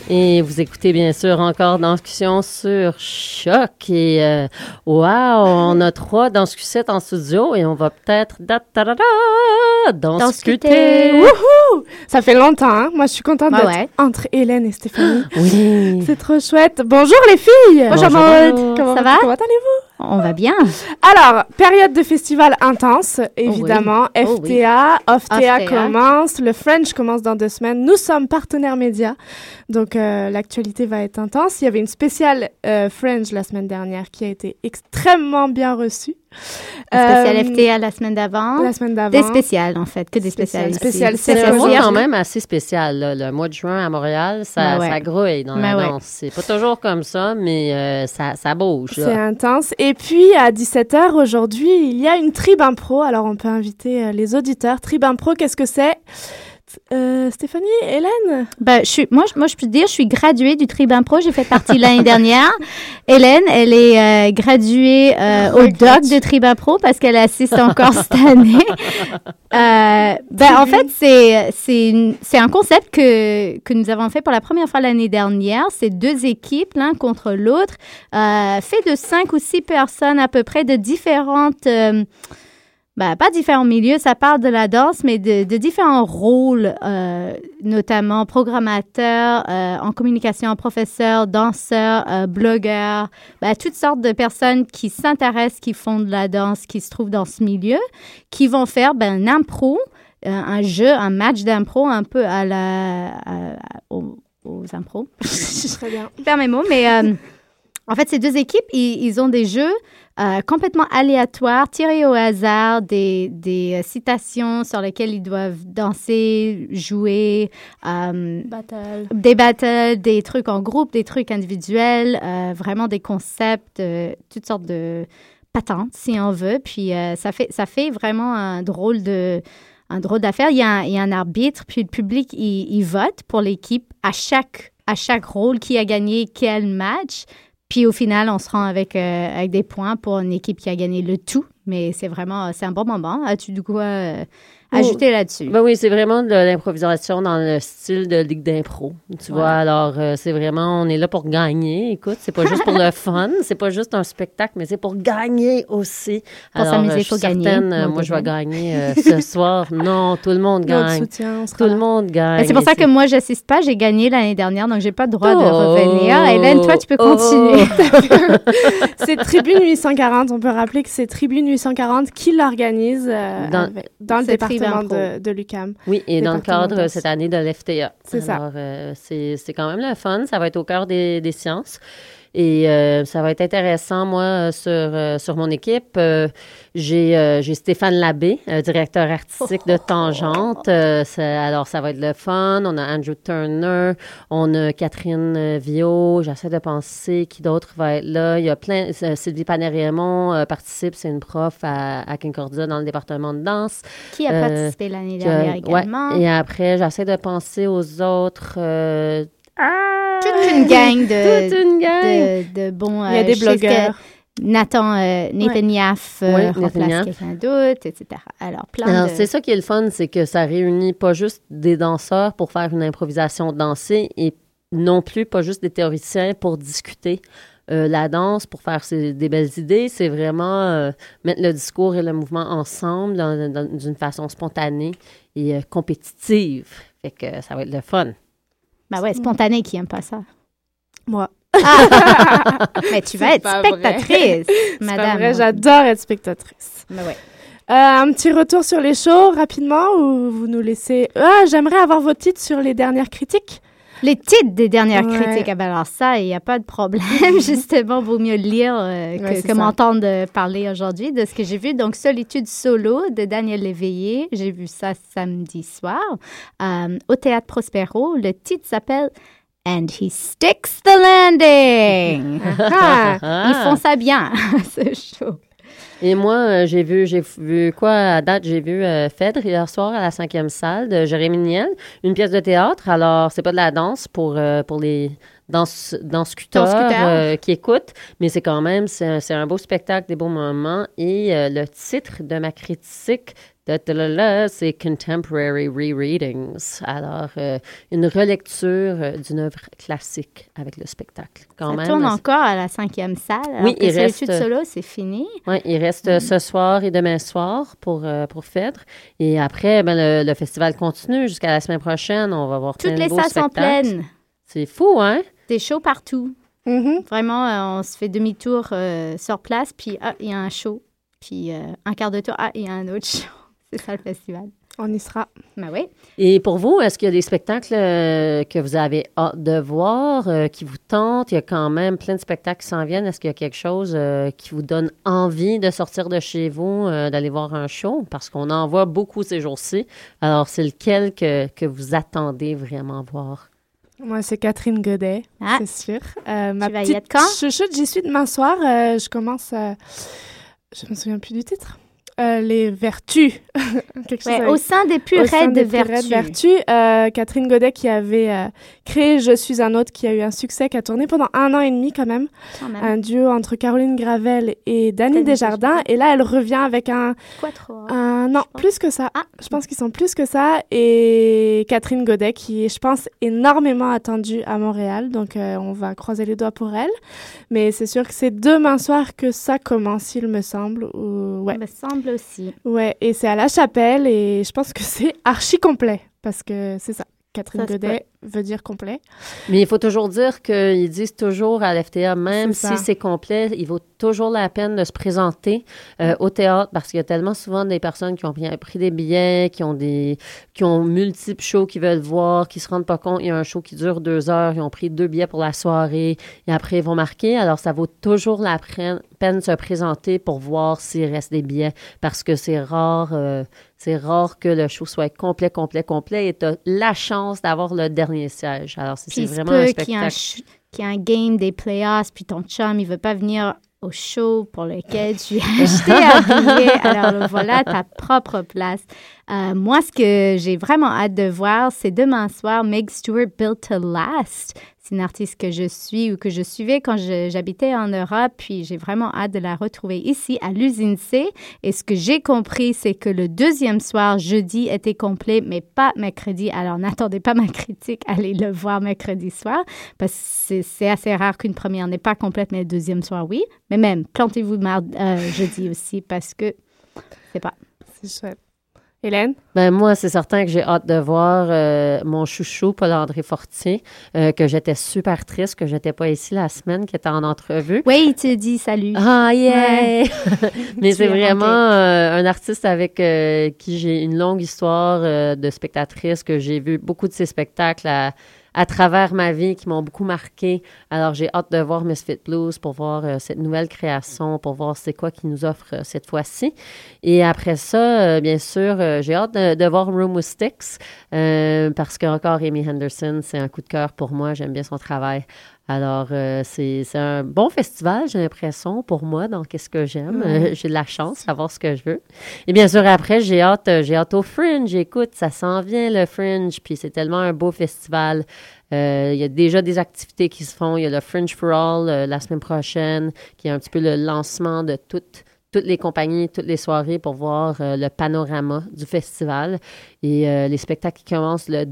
Et vous écoutez bien sûr encore Danscussion sur Choc. Et wow, on a 3 Danscusettes en studio et on va peut-être danscuter. Wouhou! Ça fait longtemps, hein? Moi, je suis contente d'être entre Hélène et Stéphanie. Oui. C'est trop chouette. Bonjour les filles! Bonjour Maud! Comment allez-vous? On va bien. Alors, période de festival intense, évidemment. FTA, OFTA commence. Le French commence dans 2 semaines. Nous sommes partenaires médias. Donc, l'actualité va être intense. Il y avait une spéciale French la semaine dernière qui a été extrêmement bien reçue. Spécial FTA la semaine d'avant. La semaine d'avant. Des spéciales, en fait, que des spéciales. C'est un mois quand même assez spécial. Là. Le mois de juin à Montréal, ça grouille dans la danse. C'est pas toujours comme ça, mais ça bouge. Là. C'est intense. Et puis, à 17h, aujourd'hui, il y a une Tribe Impro. Alors, on peut inviter les auditeurs. Tribe Impro, qu'est-ce que c'est? Stéphanie, Hélène? Moi, je peux te dire, je suis graduée du Tribe Impro. J'ai fait partie l'année dernière. Hélène, elle est graduée au doc de Tribe Impro parce qu'elle assiste encore cette année. En fait, c'est un concept que nous avons fait pour la première fois l'année dernière. C'est 2 équipes, l'un contre l'autre, fait de 5 ou 6 personnes à peu près de différentes... pas différents milieux, ça parle de la danse, mais de différents rôles, notamment programmateurs, en communication, professeurs, danseurs, blogueurs, toutes sortes de personnes qui s'intéressent, qui font de la danse, qui se trouvent dans ce milieu, qui vont faire un impro, un jeu, un match d'impro un peu aux impros. Très bien. Je perds mes mots, mais en fait, ces 2 équipes, ils ont des jeux complètement aléatoires, tirés au hasard, des citations sur lesquelles ils doivent danser, jouer, des battles, des trucs en groupe, des trucs individuels, vraiment des concepts, toutes sortes de patentes, si on veut. Puis ça fait vraiment un drôle d'affaire. Il y a un arbitre, puis le public, il vote pour l'équipe à chaque rôle, qui a gagné quel match. Puis au final, on se rend avec des points pour une équipe qui a gagné le tout. Mais c'est un bon moment. As-tu de quoi ajouter là-dessus? Oui, c'est vraiment de l'improvisation dans le style de ligue d'impro. Tu vois, alors c'est vraiment, on est là pour gagner. Écoute, c'est pas juste pour le fun, c'est pas juste un spectacle, mais c'est pour gagner aussi. Pour s'amuser, il faut gagner. Moi, je vais gagner ce soir. Non, tout le monde gagne. Tout le monde gagne. C'est pour ça que moi, j'assiste pas. J'ai gagné l'année dernière, donc j'ai pas le droit de revenir. Hélène, toi, tu peux continuer. C'est Tribune 840. On peut rappeler que c'est Tribune 840 qui l'organise dans le département de l'UQAM. Oui, et dans le cadre cette année de l'FTA. C'est ça. C'est quand même le fun. Ça va être au cœur des sciences. Et ça va être intéressant, moi, sur mon équipe. J'ai Stéphane Labbé, directeur artistique de Tangente. Alors, ça va être le fun. On a Andrew Turner, on a Catherine Viau. J'essaie de penser qui d'autre va être là. Il y a plein... Sylvie Panay-Raymond participe. C'est une prof à Concordia dans le département de danse. Qui a participé l'année dernière également. Ouais. Et après, j'essaie de penser aux autres... toute une gang de bons... Il y a des blogueurs. Nathan Yaff remplace quelqu'un d'autre, etc. Alors, c'est ça qui est le fun, c'est que ça réunit pas juste des danseurs pour faire une improvisation dansée et non plus pas juste des théoriciens pour discuter la danse, pour faire des belles idées. C'est vraiment mettre le discours et le mouvement ensemble d'une façon spontanée et compétitive. Fait que ça va être le fun. Spontané, qui aime pas ça? Moi. Mais tu vas être spectatrice, madame. C'est pas vrai, j'adore être spectatrice. Un petit retour sur les shows, rapidement, ou vous nous laissez... j'aimerais avoir vos titres sur les dernières critiques. Les titres des dernières critiques, alors ça, il n'y a pas de problème. Justement, vaut mieux lire que m'entendre parler aujourd'hui de ce que j'ai vu. Donc, Solitude solo de Daniel Léveillé. J'ai vu ça samedi soir au Théâtre Prospero. Le titre s'appelle And He Sticks the Landing. Ils font ça bien, ce show. Et moi, j'ai vu quoi à date? J'ai vu Phèdre hier soir à la 5e salle de Jérémy Niel, une pièce de théâtre. Alors, c'est pas de la danse pour les danscuteurs qui écoutent, mais c'est quand même, c'est un beau spectacle, des beaux moments. Et le titre de ma critique, c'est Contemporary Rereadings. Alors, une relecture d'une œuvre classique avec le spectacle. Ça tourne encore à la 5e salle. Oui, il reste... Solitude Solo, c'est fini. Oui, il reste ce soir et demain soir pour Phèdre. Et après, le festival continue jusqu'à la semaine prochaine. On va voir plein de beaux spectacles. Toutes les salles sont pleines. C'est fou, hein? Des shows partout. Vraiment, on se fait demi-tour sur place, puis il y a un show. Puis un quart de tour, il y a un autre show. C'est ça, le festival. On y sera. Ben oui. Et pour vous, est-ce qu'il y a des spectacles que vous avez hâte de voir, qui vous tentent? Il y a quand même plein de spectacles qui s'en viennent. Est-ce qu'il y a quelque chose qui vous donne envie de sortir de chez vous, d'aller voir un show? Parce qu'on en voit beaucoup ces jours-ci. Alors, c'est lequel que vous attendez vraiment voir? Moi, c'est Catherine Godet, c'est sûr. Ma tu vas y être quand? Chouchoute, j'y suis demain soir. Je commence... je me souviens plus du titre. Les Vertus. Au sein des plus raides de Vertus. Catherine Godet qui avait créé Je suis un autre, qui a eu un succès, qui a tourné pendant 1 an et demi quand même. Un duo entre Caroline Gravel et Dany Desjardins. Et là, elle revient avec non, plus que ça. Je pense qu'ils sont plus que ça. Et Catherine Godet qui est, je pense, énormément attendue à Montréal. Donc, on va croiser les doigts pour elle. Mais c'est sûr que c'est demain soir que ça commence, il me semble. Il me semble aussi. Ouais, et c'est à La Chapelle et je pense que c'est archi complet parce que c'est ça. Catherine Godet veut dire complet. Mais il faut toujours dire qu'ils disent toujours à l'FTA, même si c'est complet, il vaut toujours la peine de se présenter au théâtre parce qu'il y a tellement souvent des personnes qui ont pris des billets, qui ont multiples shows qu'ils veulent voir, qui se rendent pas compte. Il y a un show qui dure 2 heures, ils ont pris 2 billets pour la soirée et après ils vont marquer. Alors ça vaut toujours la peine de se présenter pour voir s'il reste des billets parce que c'est rare que le show soit complet et tu as la chance d'avoir le dernier siège. Alors, c'est vraiment un spectacle. Qu'il y a un game des playoffs, puis ton chum, il veut pas venir au show pour lequel tu as acheté un billet. Alors, voilà ta propre place. Moi, ce que j'ai vraiment hâte de voir, c'est demain soir, Meg Stewart Built to Last. C'est une artiste que je suis ou que je suivais quand j'habitais en Europe, puis j'ai vraiment hâte de la retrouver ici à l'Usine C. Et ce que j'ai compris, c'est que le 2e soir, jeudi, était complet, mais pas mercredi. Alors, n'attendez pas ma critique, allez le voir mercredi soir, parce que c'est assez rare qu'une première n'est pas complète, mais le 2e soir, oui. Mais même, plantez-vous jeudi aussi, parce que c'est pas... C'est chouette. Hélène? Ben moi, c'est certain que j'ai hâte de voir mon chouchou, Paul-André Fortier, que j'étais super triste, que j'étais pas ici la semaine, qui était en entrevue. Oui, il te dit salut. Ah, yeah! Ouais. Mais c'est vraiment un artiste avec qui j'ai une longue histoire de spectatrice, que j'ai vu beaucoup de ses spectacles à travers ma vie qui m'ont beaucoup marqué. Alors, j'ai hâte de voir Misfit Blues pour voir cette nouvelle création, pour voir c'est quoi qu'il nous offre cette fois-ci. Et après ça, bien sûr, j'ai hâte de voir Room with Sticks parce qu'encore Amy Henderson, c'est un coup de cœur pour moi. J'aime bien son travail. Alors, c'est un bon festival, j'ai l'impression, pour moi, dans qu'est-ce que j'aime. J'ai de la chance d'avoir ce que je veux. Et bien sûr, après, j'ai hâte au Fringe. Écoute, ça s'en vient, le Fringe, puis c'est tellement un beau festival. Il y a déjà des activités qui se font. Il y a le Fringe for All la semaine prochaine, qui est un petit peu le lancement de toutes les compagnies, toutes les soirées pour voir le panorama du festival. Et les spectacles qui commencent le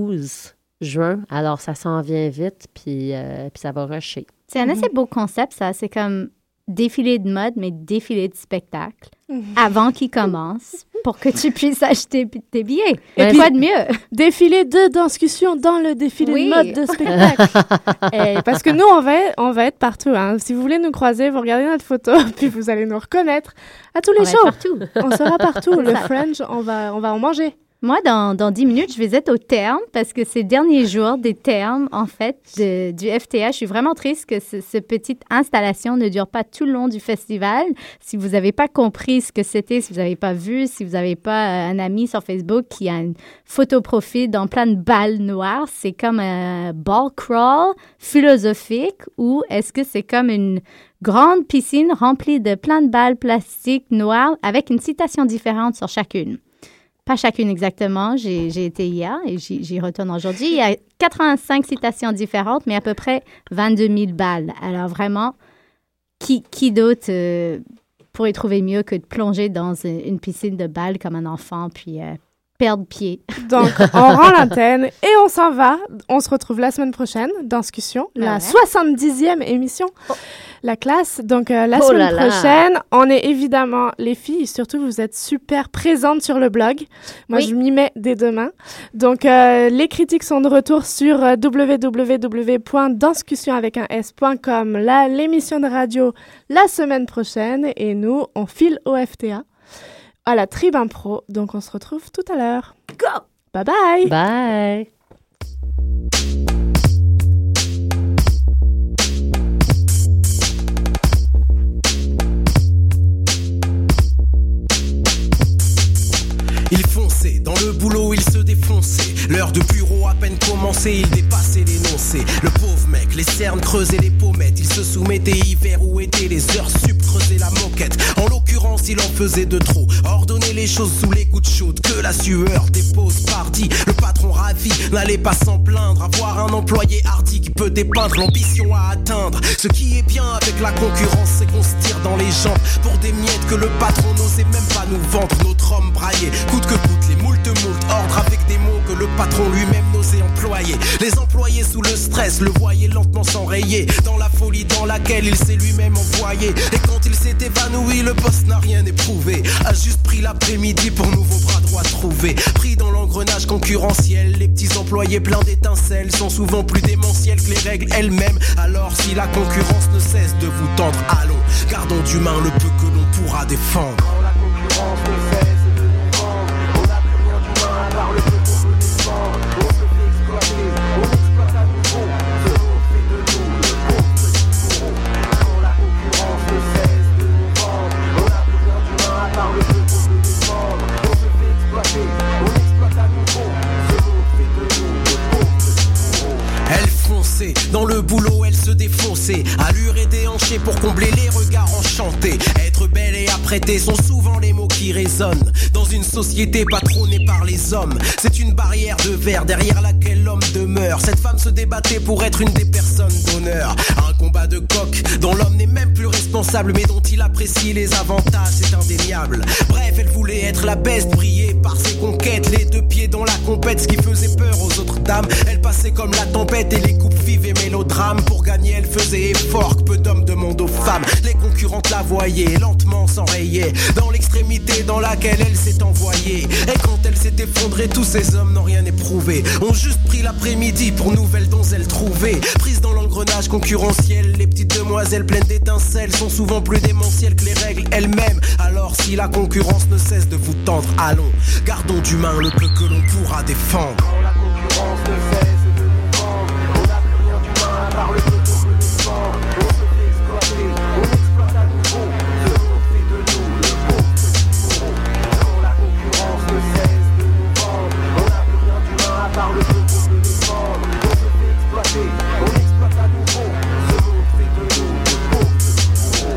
12 juin. Alors, ça s'en vient vite, puis ça va rusher. C'est un assez beau concept, ça. C'est comme défilé de mode, mais défilé de spectacle avant qu'il commence pour que tu puisses acheter tes billets. Et puis, quoi de mieux? Défilé de discussion dans le défilé de mode de spectacle. Parce que nous, on va être partout. Hein. Si vous voulez nous croiser, vous regardez notre photo, puis vous allez nous reconnaître à tous les shows. Partout. On sera partout. Le Fringe, on va en manger. Moi, dans 10 minutes, je vais être au terme parce que c'est le dernier jour des termes, en fait, du FTA. Je suis vraiment triste que cette petite installation ne dure pas tout le long du festival. Si vous n'avez pas compris ce que c'était, si vous n'avez pas vu, si vous n'avez pas un ami sur Facebook qui a une photo profil dans plein de balles noires, c'est comme un ball crawl philosophique ou est-ce que c'est comme une grande piscine remplie de plein de balles plastiques noires avec une citation différente sur chacune? pas chacune exactement. J'ai été hier et j'y retourne aujourd'hui. Il y a 85 citations différentes, mais à peu près 22 000 balles. Alors vraiment, qui d'autre pourrait trouver mieux que de plonger dans une piscine de balles comme un enfant, puis perdre pied. Donc, on rend l'antenne et on s'en va. On se retrouve la semaine prochaine dans Discussion, la 70e émission. La classe. Donc, la semaine prochaine, on est évidemment, les filles, surtout, vous êtes super présentes sur le blog. Moi, je m'y mets dès demain. Donc, les critiques sont de retour sur www.danscussion.com, l'émission de radio la semaine prochaine. Et nous, on file au FTA, à la Tribe Impro. Donc, on se retrouve tout à l'heure. Go! Bye bye! Bye! Il fonçait dans le boulot, il se défonçait. L'heure de bureau à peine commencée, il dépassait l'énoncé. Le pauvre mec, les cernes creusaient les pommettes. Il se soumettait hiver ou été, les heures sup creusaient la moquette. En l'occurrence, il en faisait de trop. Ordonner les choses sous les gouttes chaudes que la sueur dépose pardi. Le patron ravi n'allait pas s'en plaindre. Avoir un employé hardi qui peut dépeindre l'ambition à atteindre. Ce qui est bien avec la concurrence, c'est qu'on se tire dans les jambes pour des miettes que le patron n'osait même pas nous vendre. Notre homme braillé, coûte que coûte, les moult ordres avec des mots que le patron lui-même n'osait employer. Les employés sous le stress le voyaient lentement s'enrayer dans la folie dans laquelle il s'est lui-même envoyé. Et quand il s'est évanoui, le boss n'a rien éprouvé, a juste pris l'après-midi pour nouveau bras droit trouvé. Pris dans l'engrenage concurrentiel, les petits employés pleins d'étincelles sont souvent plus démentiels que les règles elles-mêmes. Alors si la concurrence ne cesse de vous tendre, allons, gardons d'humain le peu que l'on pourra défendre. Quand la concurrence ne cesse dans le boulot, elle se défonçait, allure et déhanchée pour combler les regards enchantés. Être belle et apprêtée sont souvent les mots qui résonnent dans une société patronnée par les hommes. C'est une barrière de verre derrière laquelle l'homme demeure. Cette femme se débattait pour être une des personnes d'honneur. Un combat de coq dont l'homme n'est même plus responsable, mais dont il apprécie les avantages, c'est indéniable. Bref, elle voulait être la best, briller par ses conquêtes, les deux pieds dans la compète, ce qui faisait peur aux autres dames. Elle passait comme la tempête et les coupes vives et mélodrames. Pour gagner, elle faisait effort, que peu d'hommes demandent aux femmes. Les concurrentes la voyaient, lentement s'enrayaient dans l'extrémité dans laquelle elle s'est envoyée. Et quand elle s'est effondrée, tous ces hommes n'ont rien éprouvé, ont juste pris l'après-midi pour nouvelles donzelles trouvées. Prises dans l'engrenage concurrentiel, les petites demoiselles pleines d'étincelles sont souvent plus démentielles que les règles elles-mêmes. Alors si la concurrence ne cesse de vous tendre, allons, gardons d'humain le peu que l'on pourra défendre. Quand la concurrence ne cesse de nous vendre, on n'a plus rien d'humain à part le peu qu'on peut nous vendre. On se fait exploiter, on exploite à nouveau, ce qu'on fait de nous le pauvre petit bourreau. Quand la concurrence ne cesse de nous vendre, on n'a plus rien d'humain à part le peu qu'on peut nous vendre. On se fait exploiter, on exploite à nouveau, ce qu'on fait de nous le pauvre petit bourreau.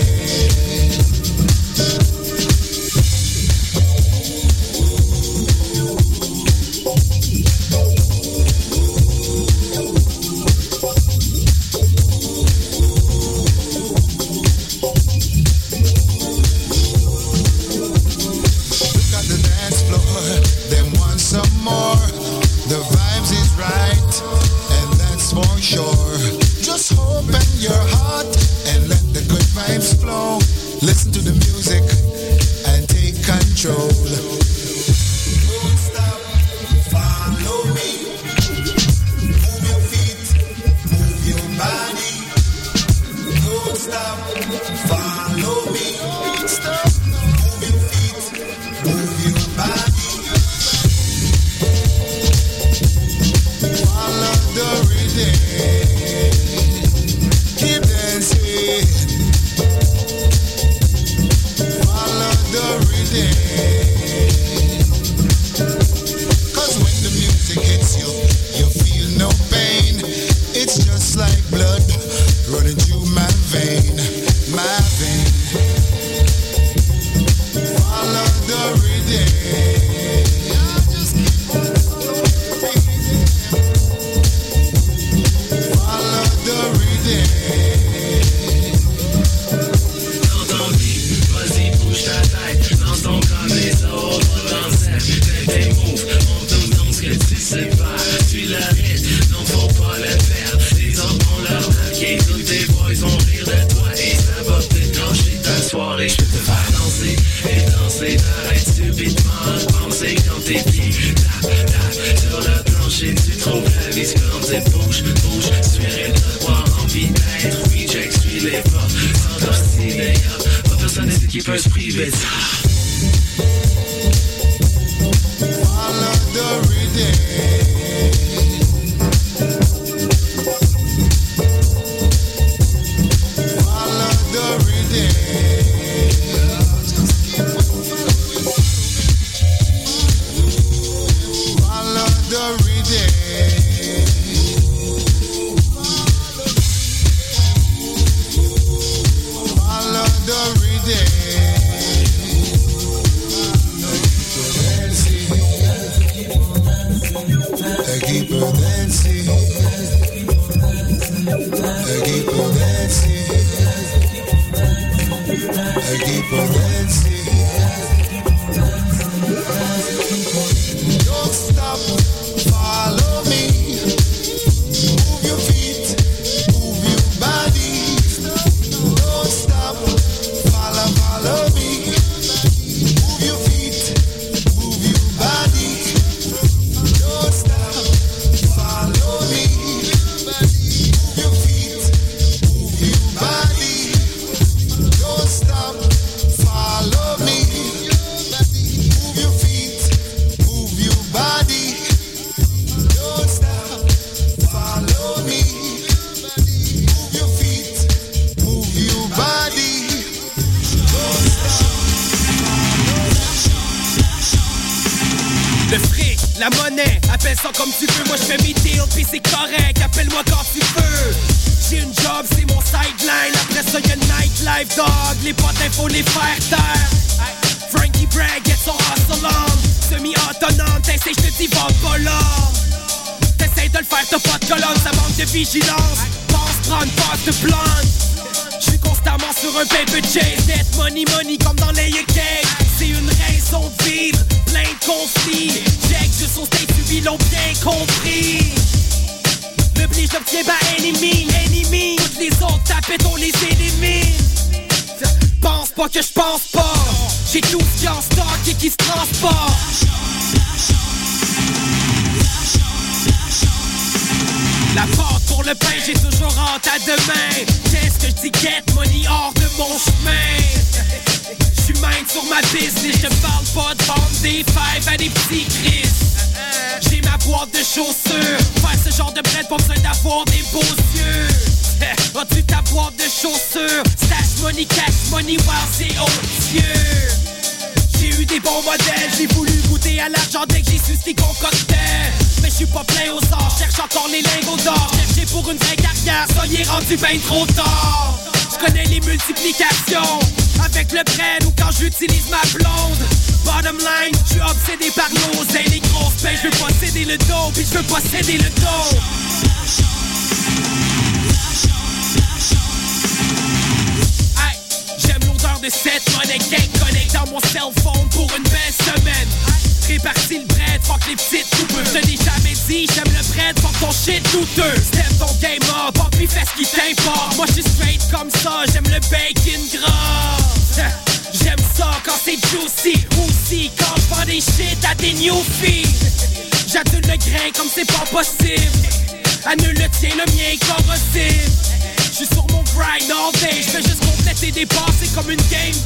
Ben trop tard, Je connais les multiplications avec le bread ou quand j'utilise ma blonde. Bottom line, je suis obsédé par l'oseille, les grosses payes, je veux posséder le dos, puis je veux posséder le dos. Hey, j'aime l'odeur de cette monnaie gang connect dans mon cell phone pour une belle semaine. Répartis le bread, fuck les petites coupeurs. Je te l'ai jamais dit, j'aime le bread, fuck ton shit douteux. Step ton game up, pop puis fais ce qui t'importe. Moi j'suis straight comme ça, j'aime le bacon gras. J'aime ça quand c'est juicy, aussi quand j'vends des shit à des newfies. J'adule le grain comme c'est pas possible. Annule le tien, le mien est corrosif. J'suis sur mon grind all day, j'fais juste compléter des passes, c'est comme une game.